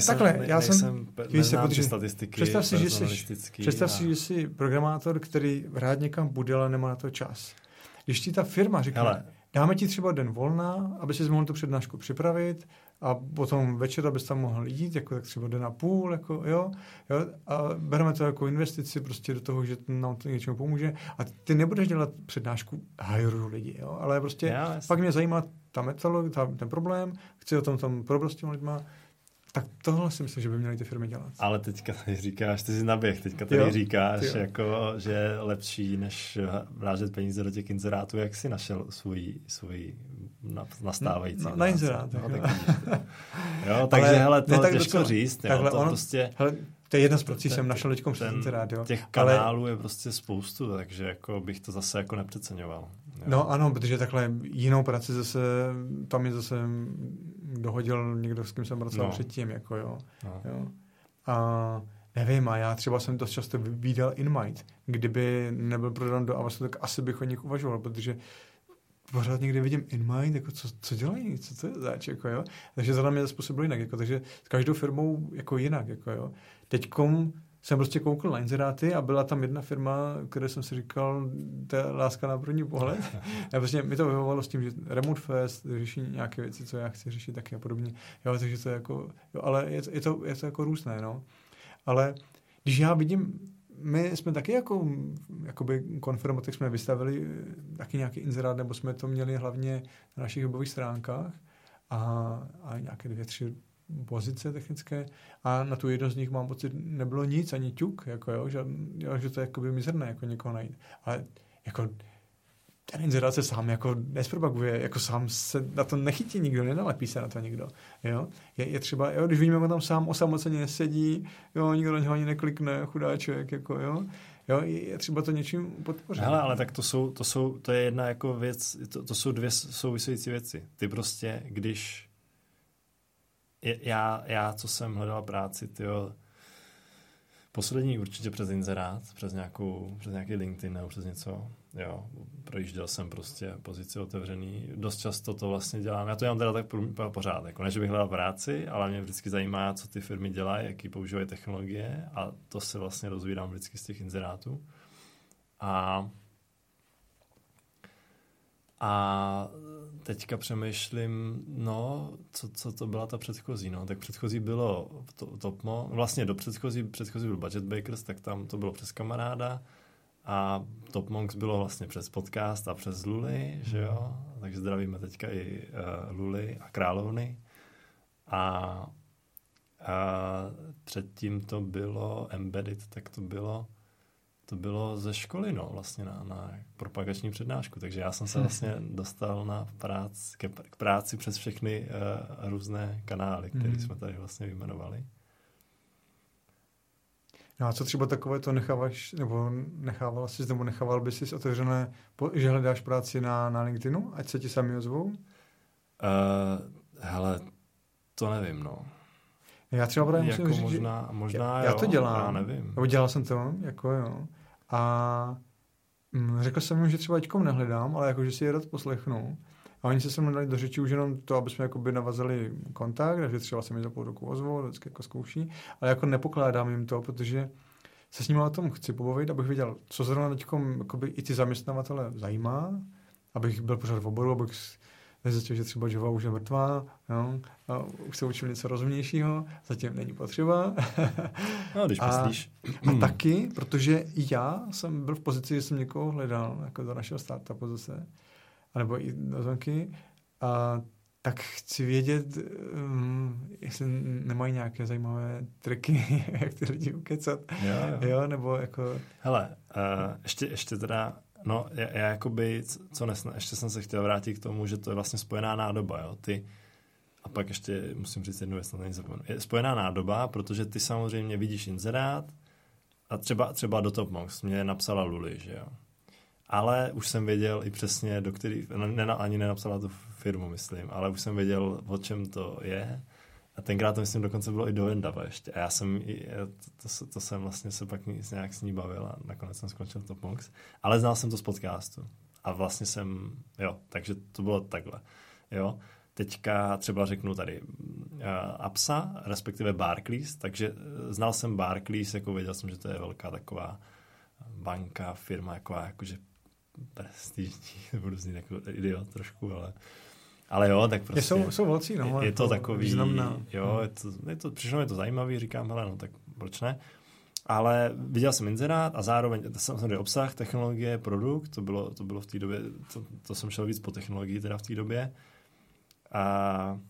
neznám ty statistiky. Představ si, že jsi programátor, který rád někam bude, ale nemá na to čas. Když ti ta firma řekne, dáme ti třeba den volna, aby si mohl tu přednášku připravit a potom večer, abys tam mohl jít, jako tak třeba den a půl, jako, jo, a bereme to jako investici prostě do toho, že nám to něčemu pomůže a ty nebudeš dělat přednášku hajru lidi, jo, ale prostě pak mě zajímá ta metodologie, ten problém, chci o tom probrat s těmi lidma. Tak tohle si myslím, že by měly ty firmy dělat. Ale teďka tady říkáš, ty jsi naběh, teďka tady říkáš, jako, že je lepší, než vrážet peníze do těch inzerátů, jak jsi našel svůj nastávající. Na inzerátech. Jo, takže hele, to je těžko říct. Jo, to prostě... Hele, to je jedna z prací, jsem našel teďkom přes inzerát. Jo. Těch kanálů je prostě spoustu, takže jako bych to zase jako nepřeceňoval. Jo. No ano, protože takhle jinou práci zase, tam je zase dohodil někdo, s kým jsem pracoval předtím, jako jo. A nevím, a já třeba jsem dost často vydal InMind. Kdyby nebyl prodan do Avastu, tak asi bych o nich uvažoval, protože pořád někdy vidím InMind, jako co dělají, co to je zač, jako jo. Takže to na mě způsobilo jinak, jako, takže s každou firmou jako jinak, jako jo. Teďkom jsem prostě koukl na inzeráty a byla tam jedna firma, které jsem si říkal, to je láska na první pohled. A prostě mi to vyhovovalo s tím, že Remote Fest řeší nějaké věci, co já chci řešit taky a podobně. Jo, takže to je jako, jo, ale je to jako různé, no. Ale když já vidím, my jsme taky jakoby konfirmatech jsme vystavili taky nějaký inzerát, nebo jsme to měli hlavně na našich webových stránkách a nějaké 2-3 pozice technické a na tu jedno z nich mám pocit, nebylo nic, ani ťuk, jako jo, že to je jakoby mizerné jako někoho najít. Ale jako ten inzerát se sám jako nespropaguje, jako sám se na to nechytí nikdo, nenalepí se na to nikdo. Jo? Je třeba, jo, když vidíme, jak tam sám osamoceně nesedí, jo, nikdo na něho ani neklikne, chudáček, jako jo. Jo, je třeba to něčím podpořit. Hele, ale tak to je jedna jako věc, to jsou dvě související věci. Ty prostě, když já co jsem hledal práci, tyjo, poslední určitě přes inzerát, přes nějaký LinkedIn nebo přes něco, jo, projížděl jsem prostě pozici otevřený, dost často to vlastně dělám, já to dělám teda tak pořád, jako ne, že bych hledal práci, ale mě vždycky zajímá, co ty firmy dělají, jaký používají technologie a to se vlastně rozvídám vždycky z těch inzerátů. A teďka přemýšlím, no, co to byla ta předchozí, no, tak předchozí bylo Topmo, vlastně do předchozí byl Budget Bakers, tak tam to bylo přes kamaráda a Topmonks bylo vlastně přes podcast a přes Luli, že jo, takže zdravíme teďka i Luli a Královny a předtím to bylo Embedded, tak to bylo ze školy, no, vlastně na propagační přednášku, takže já jsem se vlastně dostal k práci přes všechny různé kanály, které jsme tady vlastně vyjmenovali. No a co třeba takové to necháváš, nebo nechával bys si otevřené, že hledáš práci na LinkedInu, ať se ti sami ozvou? Hele, to nevím, no. Já třeba právě musím jako říct, možná já to dělám. Já nevím. Nebo dělal jsem to, jako jo. A řekl jsem jim, že třeba teďkom nehledám, ale jako, že si je rád poslechnu. A oni se se mnou dali do řeči už jenom to, aby jsme jakoby navazali kontakt, takže třeba se mi za půl roku ozvou, vždycky jako zkouší, ale jako nepokládám jim to, protože se s nimi o tom chci pobavit, abych viděl, co zrovna teďkom jakoby i ty zaměstnavatele zajímá, abych byl pořád v oboru, abych nezjistil, že třeba Java už je mrtvá, jo, a už se učil něco rozumnějšího, zatím není potřeba. No, když myslíš. A taky, protože já jsem byl v pozici, že jsem někoho hledal, jako do našeho startupu zase, anebo i do zonky, a tak chci vědět, jestli nemají nějaké zajímavé triky, jak ty lidi ukecat. Jo, nebo jako... Hele, ještě teda, no, já jakoby, ještě jsem se chtěl vrátit k tomu, že to je vlastně spojená nádoba, jo, a pak ještě musím říct jednu věc, na to nezapomenu. Je spojená nádoba, protože ty samozřejmě vidíš inzerát a třeba do Topmonks mě napsala Luli, že jo. Ale už jsem věděl i přesně, do který, ani nenapsala tu firmu, myslím, ale už jsem věděl, o čem to je. A tenkrát to, myslím, dokonce bylo i do Vendava ještě. A já jsem, to jsem vlastně se pak nějak s ní bavil a nakonec jsem skončil Topmonks. Ale znal jsem to z podcastu. A vlastně takže to bylo takhle. Jo. Teďka třeba řeknu tady APSA, respektive Barclays, takže znal jsem Barclays, jako věděl jsem, že to je velká taková banka, firma, jakože prestižní, budu znít jako idiot trošku, ale jo, tak prostě... Jsou velcí, no. Je to takový, významná. Jo, přišlo mi to zajímavý, říkám, hele, no tak proč ne? Ale viděl jsem inzerát a zároveň samozřejmě obsah, technologie, produkt, to bylo v té době, to jsem šel víc po technologii teda v té době, a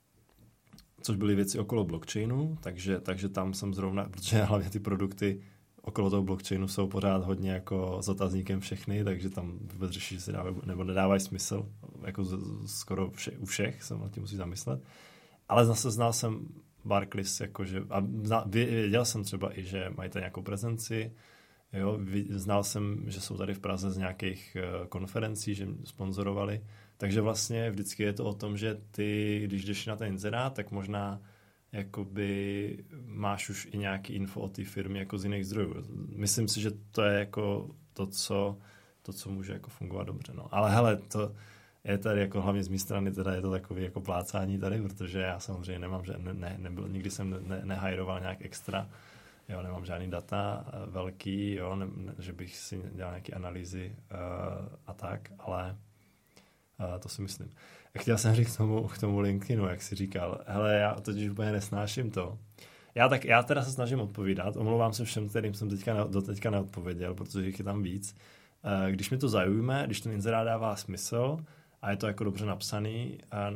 což byly věci okolo blockchainu, takže tam jsem zrovna, protože hlavně ty produkty okolo toho blockchainu jsou pořád hodně jako s otazníkem všechny, takže tam vůbec řeší, že si dávají nebo nedávají smysl, jako skoro u všech se nad tím musí zamyslet. Ale zase znal jsem Barclays, jakože, a věděl jsem třeba i, že mají tady nějakou prezenci, jo, znal jsem, že jsou tady v Praze z nějakých konferencí, že sponzorovali, takže vlastně vždycky je to o tom, že ty, když jdeš na ten inzerát, tak možná jakoby máš už i nějaký info o té firmě jako z jiných zdrojů. Myslím si, že to je jako to, co může jako fungovat dobře. No. Ale hele, to je tady jako hlavně z mé strany, teda je to takový jako plácání tady, protože já samozřejmě nemám, že nikdy jsem nehajroval nějak extra, jo, nemám žádný data velký, jo, že bych si dělal nějaké analýzy a tak, ale to si myslím. Chtěl jsem říct k tomu LinkedInu, jak jsi říkal. Hele, já totiž úplně nesnáším to. Já teda se snažím odpovídat. Omlouvám se všem, kterým jsem doteďka neodpověděl, protože jich je tam víc. Když mi to zaujme, když ten inzerát dává smysl a je to jako dobře napsaný,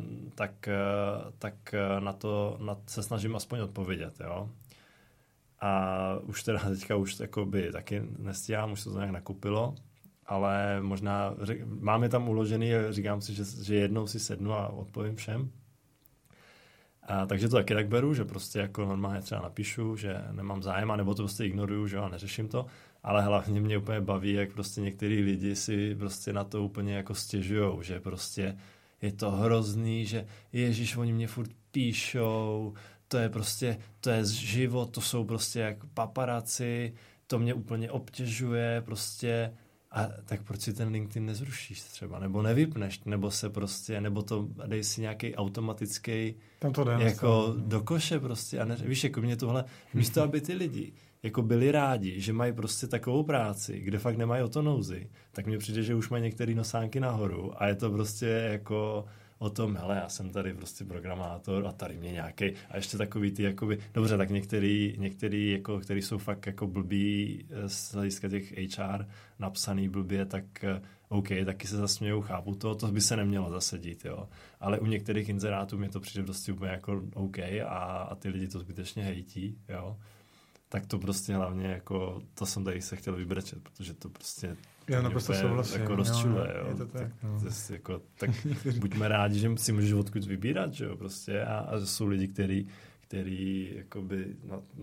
tak na to se snažím aspoň odpovědět, jo. A už teda teďka taky nestíhám, už se to nějak nakupilo. ale možná mám je tam uložený a říkám si, že jednou si sednu a odpovím všem. A takže to taky tak beru, že prostě jako normálně třeba napíšu, že nemám zájem, nebo to prostě ignoruju, že jo, a neřeším to, ale hlavně mě úplně baví, jak prostě některý lidi si prostě na to úplně jako stěžujou, že prostě je to hrozný, že ježiš, oni mě furt píšou, to je prostě, to je život, to jsou prostě jak paparaci, to mě úplně obtěžuje prostě. A tak proč si ten LinkedIn nezrušíš třeba, nebo nevypneš, nebo se prostě, nebo to dej si nějaký automatický jako do koše prostě a víš, jako mě tohle, místo aby ty lidi jako byli rádi, že mají prostě takovou práci, kde fakt nemají o to nouzi, tak mně přijde, že už mají některé nosánky nahoru a je to prostě jako o tom, hele, já jsem tady prostě programátor a tady mě nějaký a ještě takový ty jakoby, dobře, tak některý jako, který jsou fakt jako blbí z hlediska těch HR napsaný blbě, tak OK, taky se zasmějou, chápu to by se nemělo zasedit, jo. Ale u některých inzerátů mě to přijde prostě úplně jako OK a ty lidi to zbytečně hejtí, jo. Tak to prostě hlavně jako, to jsem tady se chtěl vybrečet, protože to prostě já naprosto souhlasím. Jako rozčiluje, jo. Je to tak, tak buďme rádi, že si můžeš odkud vybírat, že jo, prostě a že jsou lidi, který jakoby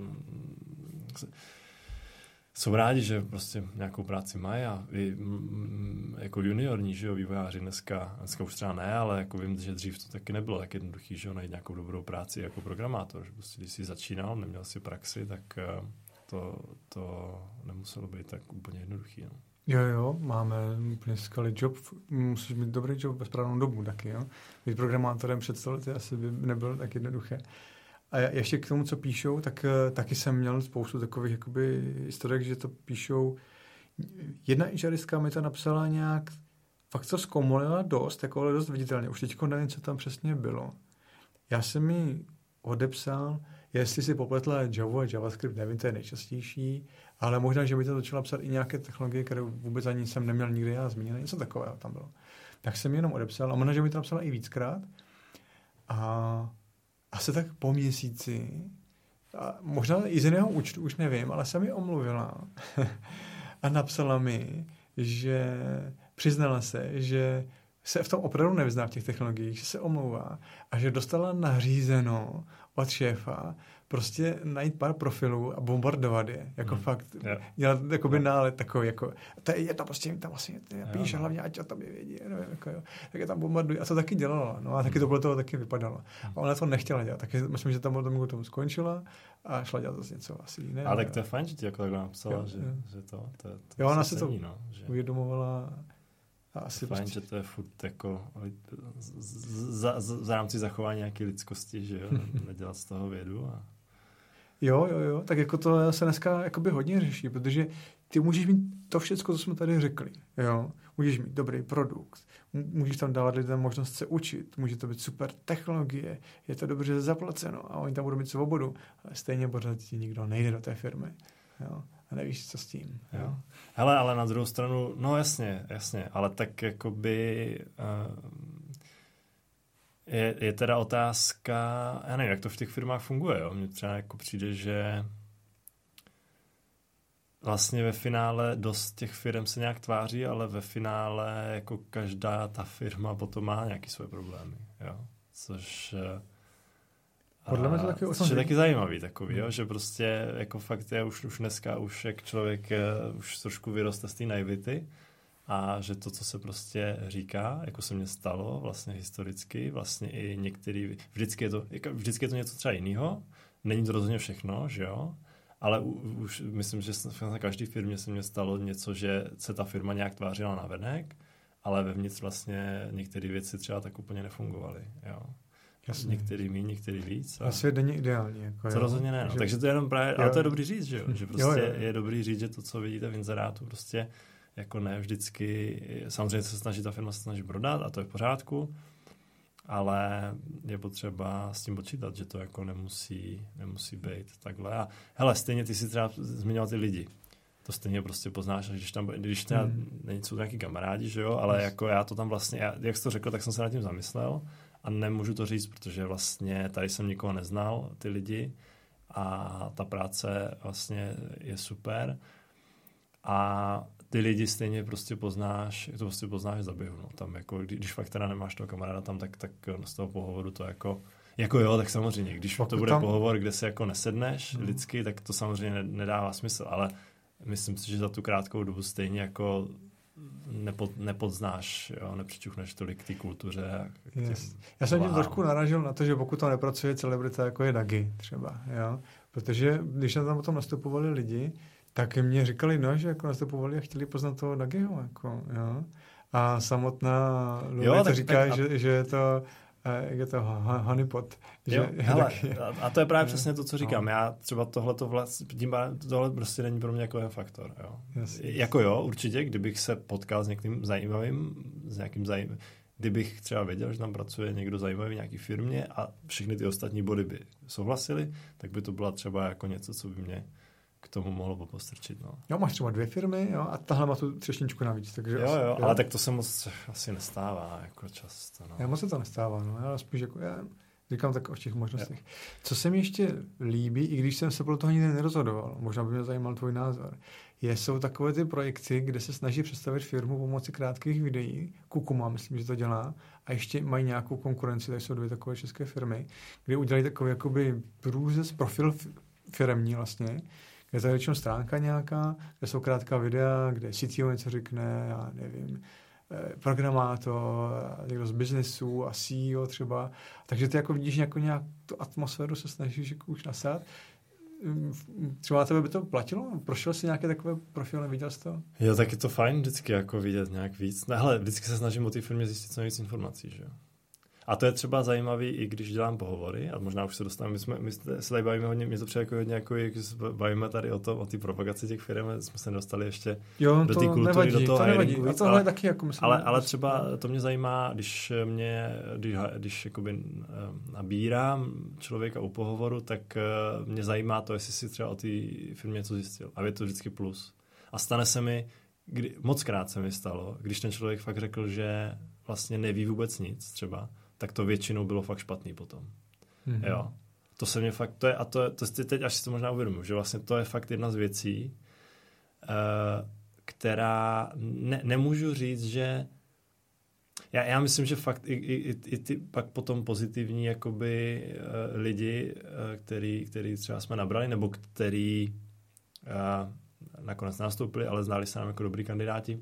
jsou rádi, že prostě nějakou práci mají a jako juniorní, že jo, vývojáři dneska už třeba ne, ale jako vím, že dřív to taky nebylo tak jednoduchý, že jo, najít nějakou dobrou práci jako programátor, že prostě když jsi začínal, neměl si praxi, tak to nemuselo být tak úplně jednoduchý, no. Jo, máme úplně skvělý job, musíš mít dobrý job ve správnou dobu taky, jo. Být programátorem před 100 lety asi by nebylo tak jednoduché. A ještě k tomu, co píšou, tak taky jsem měl spoustu takových jakoby historiek, že to píšou. Jedna inženýristka mi to napsala nějak, fakt to zkomolila dost, jako ale dost viditelně. Už teďko nevím, co tam přesně bylo. Já jsem mi odepsal, jestli si popletla Java a JavaScript, nevím, to je nejčastější, ale možná, že mi to začala psat i nějaké technologie, které vůbec ani jsem neměl nikdy já zmíněné, něco takového tam bylo. Tak jsem jenom odepsal a možná, že mi to napsala i víckrát. A asi tak po měsíci, a možná i z jiného účtu, už nevím, ale jsem mi omluvila a napsala mi, že přiznala se, že se v tom opravdu nevyzná v těch technologiích, že se omlouvá a že dostala nařízeno od šéfa prostě najít pár profilů a bombardovat je. Jako fakt dělat jakoby nálet takový, jako to je to prostě tam vlastně píše hlavně, ať o tobě vědí. Nevím, jako, jo. Tak je tam bombardují. A to taky dělala. No a taky to bylo toho taky vypadalo. A ona to nechtěla dělat. Taky myslím, že tam tomu skončila a šla dělat zase něco asi jiné. Ale tak to je fajn, že ti jako takhle napsala, že to jo, ona se to že uvědomovala. Asi fajn, že to je furt jako za rámci zachování nějaké lidskosti, že jo, nedělat z toho vědu. A... Jo, tak jako to se dneska jakoby hodně řeší, protože ty můžeš mít to všecko, co jsme tady řekli, jo. Můžeš mít dobrý produkt, můžeš tam dávat lidem možnost se učit, může to být super technologie, je to dobře zaplaceno a oni tam budou mít svobodu, ale stejně pořád ti nikdo nejde do té firmy, jo. A nevíš, co s tím. Jo. Hele, ale na druhou stranu, no jasně, ale tak jakoby je teda otázka, já nevím, jak to v těch firmách funguje, jo. Mně třeba jako přijde, že vlastně ve finále dost těch firm se nějak tváří, ale ve finále jako každá ta firma potom má nějaký svoje problémy, jo. Což podle mě to taky zajímavý takový, jo, že prostě jako fakt je už dneska, už jak člověk už trošku vyroste z té naivity a že to, co se prostě říká, jako se mně stalo vlastně historicky, vlastně i některý, vždycky je to něco třeba jiného, není to rozhodně všechno, že jo, ale už myslím, že na každé firmě se mně stalo něco, že se ta firma nějak tvářila navenek, ale vevnitř vlastně některé věci třeba tak úplně nefungovaly, jo. Jasně. Některý míň, některý víc. A svět není ideální. Jako, to rozhodně ne. No. Takže to je jenom právě, ale to je dobrý říct, že jo? Že prostě je dobrý říct, že to, co vidíte v inzerátu, prostě jako ne vždycky, samozřejmě se snaží, ta firma se snaží prodat a to je v pořádku, ale je potřeba s tím počítat, že to jako nemusí být takhle. A hele, stejně ty si třeba zmiňoval ty lidi. To stejně prostě poznáš, když třeba jsou nějaký kamarádi, že jo, ale jako já to tam vlastně, jak jsi to řekl, tak jsem se nad tím zamyslel. A nemůžu to říct, protože vlastně tady jsem nikoho neznal, ty lidi, a ta práce vlastně je super. A ty lidi stejně prostě poznáš za běhu. No. Tam jako, když fakt teda nemáš toho kamaráda tam, tak z toho pohovoru to jako jo, tak samozřejmě, když to bude pohovor, kde si jako nesedneš lidsky, tak to samozřejmě nedává smysl, ale myslím si, že za tu krátkou dobu stejně jako nepoznáš, jo, nepřičuchneš tolik k té kultuře. Yes. Já jsem tím trošku naražil na to, že pokud tam nepracuje celebrita, jako je Dagi třeba, jo, protože když tam o tom nastupovali lidi, tak mě říkali, no, že jako nastupovali a chtěli poznat toho Dagiho, jako, jo. A samotná Luli to říká, že je to jak je to honeypot. A to je právě přesně to, co říkám. Já třeba tohle prostě není pro mě jako faktor. Jo. Yes. Jako jo, určitě, kdybych se potkal s někým zajímavým, kdybych třeba věděl, že tam pracuje někdo zajímavý v nějaký firmě a všechny ty ostatní body by souhlasily, tak by to byla třeba jako něco, co by mě k tomu mohlo popostrčit. No. Jo, máš třeba 2 firmy, jo, a tahle má tu třešničku navíc. Takže jo, ale tak to se moc asi nestává jako často. No. Moc se to nestává, no, ale spíš jako já říkám tak o těch možnostech. Jo. Co se mi ještě líbí, i když jsem se pro toho nikdy nerozhodoval, možná by mě zajímal tvůj názor, jsou takové ty projekty, kde se snaží představit firmu pomocí krátkých videí. Kukuma, myslím, že to dělá, a ještě mají nějakou konkurenci, tady jsou 2 takové české firmy, kde udělají takový jakoby průřez, profil firemní vlastně, je to většinou stránka nějaká, kde jsou krátká videa, kde CTO něco řekne, já nevím, programátor, někdo z biznesu a CEO třeba. Takže ty jako vidíš nějakou tu atmosféru, se snažíš jako už nasát. Třeba na tebe by to platilo? Prošel jsi nějaké takové profily, viděl jsi to? Jo, tak je to fajn vždycky jako vidět nějak víc. No, hele, vždycky se snažím o té firmě zjistit co nejvíc informací, že jo. A to je třeba zajímavý, i když dělám pohovory, a možná už se dostaneme, my se tady bavíme hodně, mě to přijde jako hodně, jako když se bavíme tady o té propagaci těch firm, jsme se dostali ještě do té kultury, nevadí, do toho to hiringu. A tohle taky jako myslím. Ale třeba to mě zajímá, když jakoby nabírám člověka u pohovoru, tak mě zajímá to, jestli si třeba o té firmě něco zjistil. A je to vždycky plus. A stane se mi, mockrát se mi stalo, když ten člověk fakt řekl, že vlastně neví vůbec nic třeba, tak to většinou bylo fakt špatný potom. Mm-hmm. Jo. To se mě fakt, to teď až si to možná uvědomuji, že vlastně to je fakt jedna z věcí, která nemůžu říct, že já myslím, že fakt i ty pak potom pozitivní jakoby lidi, který třeba jsme nabrali, nebo který nakonec nastoupili, ale zdáli se nám jako dobrý kandidáti,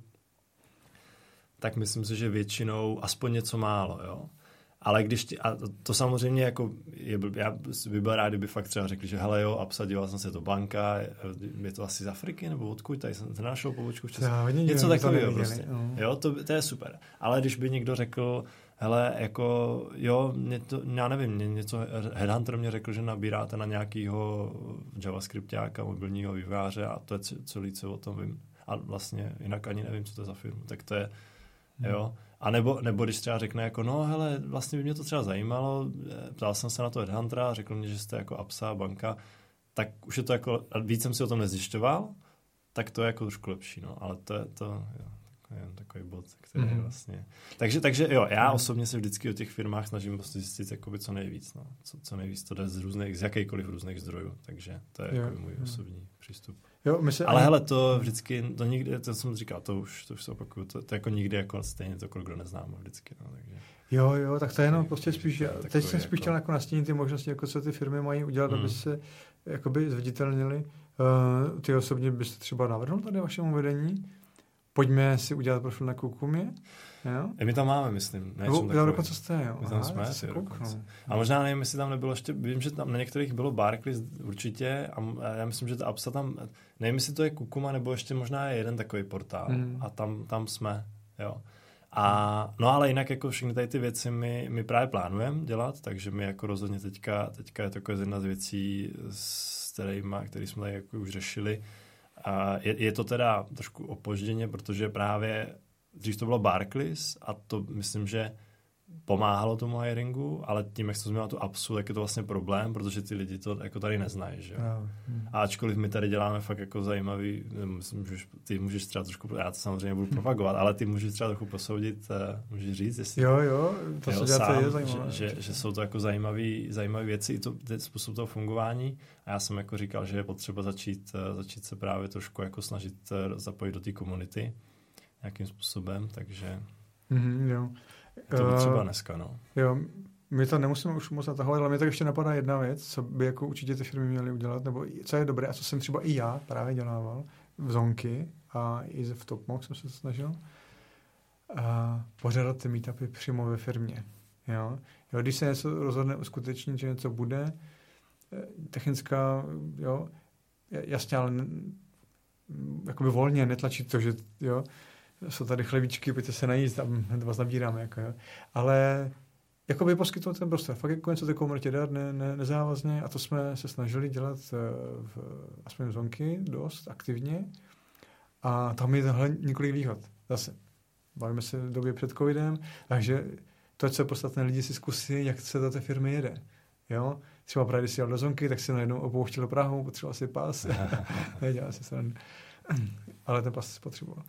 tak myslím si, že většinou aspoň něco málo, jo. Ale a to samozřejmě jako já bych byl rád, kdyby fakt třeba řekli, že hele jo, Apsa, díval jsem se, to banka, je to asi z Afriky, nebo odkud, tady jsem našel pobočku v Česku. Něco takového prostě. Jo, to je super. Ale když by někdo řekl, hele, jako jo, já nevím, něco Headhunter mě řekl, že nabíráte na nějakýho javascriptáka, mobilního vývojáře a to je celý, co o tom vím. A vlastně jinak ani nevím, co to je za firmu. Tak to je, jo. A nebo když třeba řekne jako, no hele, vlastně by mě to třeba zajímalo, ptal jsem se na to Headhuntera a řekl mě, že jste jako Apsa, banka, tak už je to jako, víc jsem si o tom nezjišťoval, tak to je jako trošku lepší, no, ale to je takový bod, který vlastně... Takže jo, já osobně se vždycky o těch firmách snažím prostě zjistit jakoby co nejvíc, no, co nejvíc to jde z jakýchkoliv různých zdrojů, takže to je jako můj osobní přístup. Jo, ale hele, to vždycky, to nikdy, to jsem říkal, to už se opakuju, to jako nikdy jako stejně to, kdo neznáme vždycky, no, takže... Jo, tak to je jenom prostě spíš, teď jsem spíš chtěl jako nastínit ty možnosti, jako co ty firmy mají udělat, aby se jakoby zviditelnili. Ty osobně byste třeba navrhnul tady vašemu vedení? Pojďme si udělat profil na Kukumě. Jo? My tam máme, myslím. Dokonce jste, jo. My tam jsme, a možná nevím, jestli tam nebylo ještě, vím, že tam na některých bylo Barclays určitě a já myslím, že ta Apsa tam, nevím, jestli to je Kukuma, nebo ještě možná je jeden takový portál a tam jsme, jo. A, no ale jinak jako všechny tady ty věci my právě plánujeme dělat, takže my jako rozhodně teďka je to jedna z věcí, který jsme tady jako už řešili. A je to teda trošku opožděně, protože právě dřív to bylo Barclays a to myslím, že pomáhalo tomu hiringu, ale tím, jak jsme měli tu apsu, tak je to vlastně problém, protože ty lidi to jako tady neznají, že jo. A ačkoliv my tady děláme fakt jako zajímavý, ty můžeš třeba trošku, já to samozřejmě budu propagovat, ale ty můžeš třeba trochu posoudit, můžeš říct, jestli... Jo, to se děláte, je zajímavé. Že jsou to jako zajímavé věci, i to způsob toho fungování. A já jsem jako říkal, že je potřeba začít se právě trošku jako snažit zapojit do té komunity nějakým způsobem, takže... Jo. To by třeba dneska, no. Jo, my to nemusíme už moc natahovat, ale mě tak ještě napadá jedna věc, co by jako určitě ty firmy měly udělat, nebo co je dobré a co jsem třeba i já právě dělával v Zonky a i v Topmox jsem se to snažil, a pořádat ty meetupy přímo ve firmě. Jo, když se něco rozhodne uskutečnit, že něco bude, technická, jo, jasně, ale jakoby volně, netlačit to, že jo, jsou tady chlebíčky, pojďte se najíst a vás nabíráme. Jako, jo. Ale jakoby poskytnout ten prostor. Fakt jako něco té komunitě dát nezávazně a to jsme se snažili dělat aspoň v Zonky dost aktivně a tam je tohle několik výhod. Zase, bavíme se v době před covidem, takže to, co je podstatné, lidi si zkusí, jak se do té firmy jede. Jo? Třeba právě, když si jel do Zonky, tak si najednou opouštěl Prahu, potřeboval si pás. Nedělal si srandu. Ale ten pas si spotřeboval.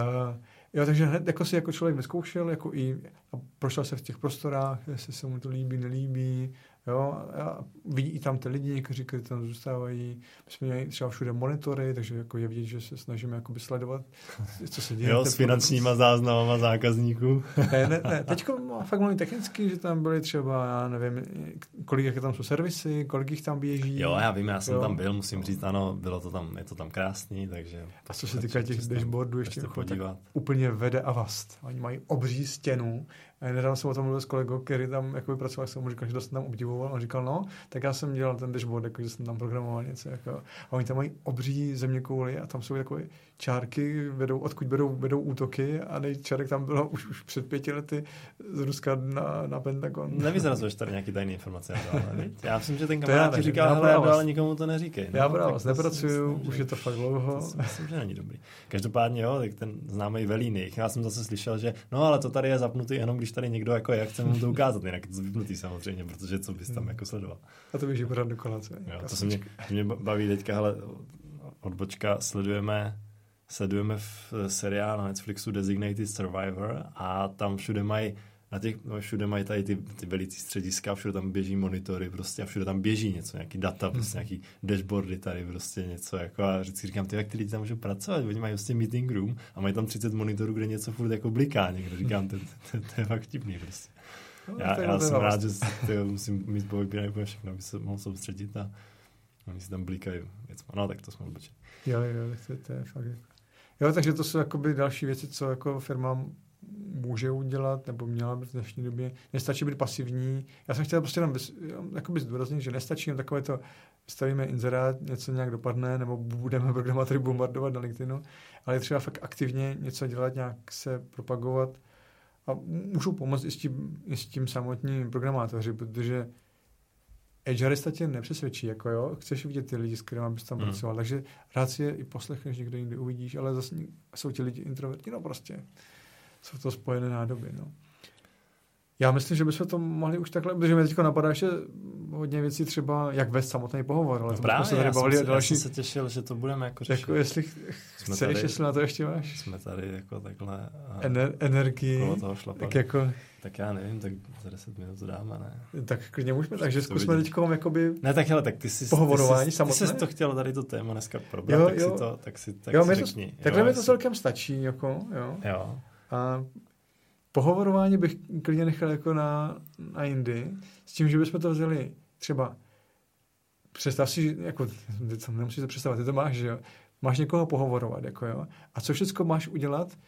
Jo, takže hned jako si jako člověk neskoušel, jako i a prošel se v těch prostorách, jestli se mu to líbí, nelíbí, jo, a vidí i tam ty lidi, někteří, kteří tam zůstávají. My jsme měli třeba všude monitory, takže jako je vidět, že se snažíme jakoby sledovat, co se děje. Jo, s finančníma záznamama zákazníků. Ne, teďko fakt mluvím technicky, že tam byly třeba, já nevím, jaké tam jsou servisy, kolik jich tam běží. Jo, já vím, já jsem tam byl, musím říct, ano, je to tam krásný, takže... A co se týká těch dashboardů, ještě úplně vede Avast. Oni mají obří stěnu. Nedávno jsem o tom mluvil s kolegou, který tam jakoby pracoval, jsem mu říkal, že to jsem tam obdivoval. On říkal, no, tak já jsem dělal ten dashboard, jako, že jsem tam programoval něco. Jako. A oni tam mají obří zeměkouly a tam jsou takové čárky, odkud vedou útoky a čárek tam bylo už před 5 lety z Ruska na Pentagon. Nevyzrazuješ tady nějaký tajný informace. Já myslím, že ten kamarád ti říkal, ale nikomu to neříkej. Já nepracuju, už je to fakt dlouho. Myslím, že není dobrý. Každopádně jo, tak ten známý Velínek. Já jsem zase slyšel, že no, ale to tady je zapnutý jenom když tady někdo jako jak chce mu to ukázat, jinak je to vypnutý samozřejmě, protože co bys tam jako sledoval. A to běží pořád dokola, co? Jo, to se mě baví teďka, ale odbočka, sledujeme v seriálu na Netflixu Designated Survivor a tam všude mají tady ty velicí střediska, všude tam běží monitory prostě a všude tam běží něco, nějaký data, prostě nějaký dashboardy tady prostě něco jako a vždycky říkám, jak ty lidi tam můžou pracovat, oni mají prostě meeting room a mají tam 30 monitorů, kde něco furt jako bliká někdo, říkám, to je fakt vtipný prostě. Já jsem rád, že musím mít povypíraný úplně všechno, aby se mohl soustředit a oni si tam blikají věcma. No tak to jsme odbočili. Jo, to je fakt jako... Jo, takže to jsou jakoby další věci, co jako firma může udělat, nebo měla být v dnešní době. Nestačí být pasivní. Já jsem chtěl prostě jakoby zdůraznit, že nestačí jen takové to, stavíme inzerát, něco nějak dopadne, nebo budeme programátory bombardovat na LinkedInu, ale je třeba fakt aktivně něco dělat, nějak se propagovat a můžou pomoct i s tím samotní programátoři, protože HRista tě nepřesvědčí, jako jo, chceš vidět ty lidi, s kterými bys tam pracoval, takže rád si je i poslechneš, někde jinde uvidíš, ale zase jsou ti lidi introvertní, no prostě jsou to spojené nádoby, no. Já myslím, že bychom to mohli už takhle, protože mi teďko napadá ještě hodně věcí třeba, jak vést samotný pohovor, ale no právě, já jsem se těšil, že to budeme jako řešit. Jako jestli chceš, jestli na to ještě máš. Jsme tady jako takhle energii, tak já nevím, tak za 10 minut to dáme, ne? Tak klidně můžeme, takže zkusme teďko jakoby ne, tak hele, tak ty jsi pohovorování samotné. Ty jsi to chtěl tady to téma dneska probrat, tak si řekni. Takhle mi to celkem stačí, jako, jo. A pohovorování bych klidně nechal jako na jindy, s tím, že bychom to vzali třeba, představ si, jako, nemusíš to představit, ty to máš, že jo, máš někoho pohovorovat, jako jo, a co všechno máš udělat,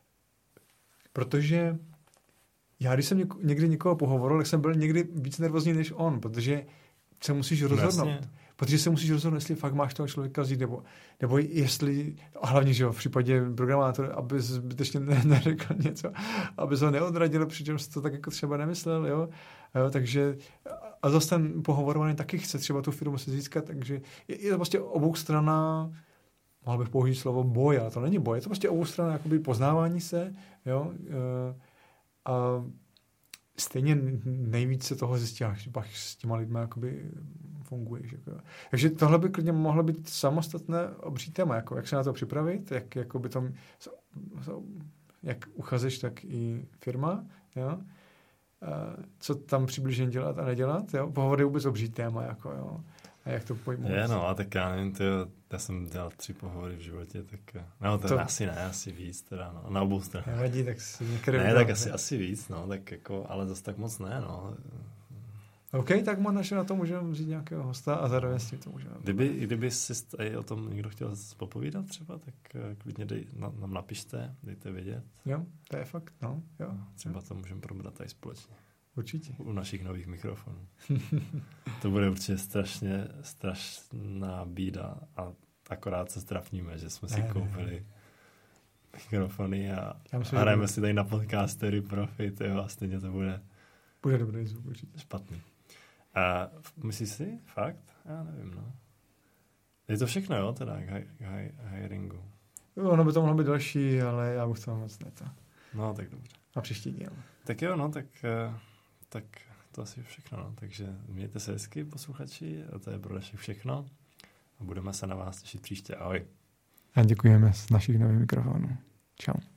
protože já, když jsem někdy někoho pohovoroval, tak jsem byl někdy víc nervózní než on, protože se musíš rozhodnout. Vlastně. Protože se musíš rozhodnout, jestli fakt máš toho člověka vzít, nebo jestli, a hlavně, že jo, v případě programátora, aby zbytečně neřekl něco, aby se ho neodradil, přičemž to tak jako třeba nemyslel, jo, takže a zase ten pohovorovaný taky chce třeba tu firmu si získat, takže je to prostě obou strana, mohl bych použít slovo boj, ale to není boj, je to prostě obou strana jakoby poznávání se, jo, a stejně nejvíce toho zjistíš, že pak s těma lidmi jakoby funguješ. Jako. Takže tohle by klidně mohlo být samostatné obří téma, jako jak se na to připravit, jak jakoby tam, jak uchazeč, tak i firma, jo? Co tam přibližně dělat a nedělat, jo? Pohovor je vůbec obří téma, jako, jo? A jak to pojmout? No, a tak já nevím, já jsem dělal 3 pohovory v životě, tak no, to asi víc, teda, no, na obou stranách. Nevadí, tak si některé... Ne, tak asi víc, no, tak jako, ale zase tak moc ne, no. OK, tak možná na to můžeme vzít nějakého hosta a zároveň s tím to můžeme... Kdyby si o tom někdo chtěl popovídat třeba, tak klidně nám napište, dejte vědět. Jo, to je fakt, no. Jo. Třeba to můžeme probrat tady společně. Určitě. U našich nových mikrofonů. To bude určitě strašná bída a akorát se strapníme, že jsme si koupili mikrofony a hrajeme si tady na podcastery Profit, jo, a stejně to bude dobrý zvuk, určitě. Špatný. A myslíš si? Fakt? Já nevím, no. Je to všechno, jo, teda k hiringu. Ono by to mohlo být další, ale já bych to moc neto. No, tak dobře. A příští díl. Tak jo, no, tak to asi všechno, no. Takže mějte se hezky, posluchači, a to je pro dnešek všechno. A budeme se na vás těšit příště. Ahoj. A děkujeme z našich nových mikrofonů. Čau.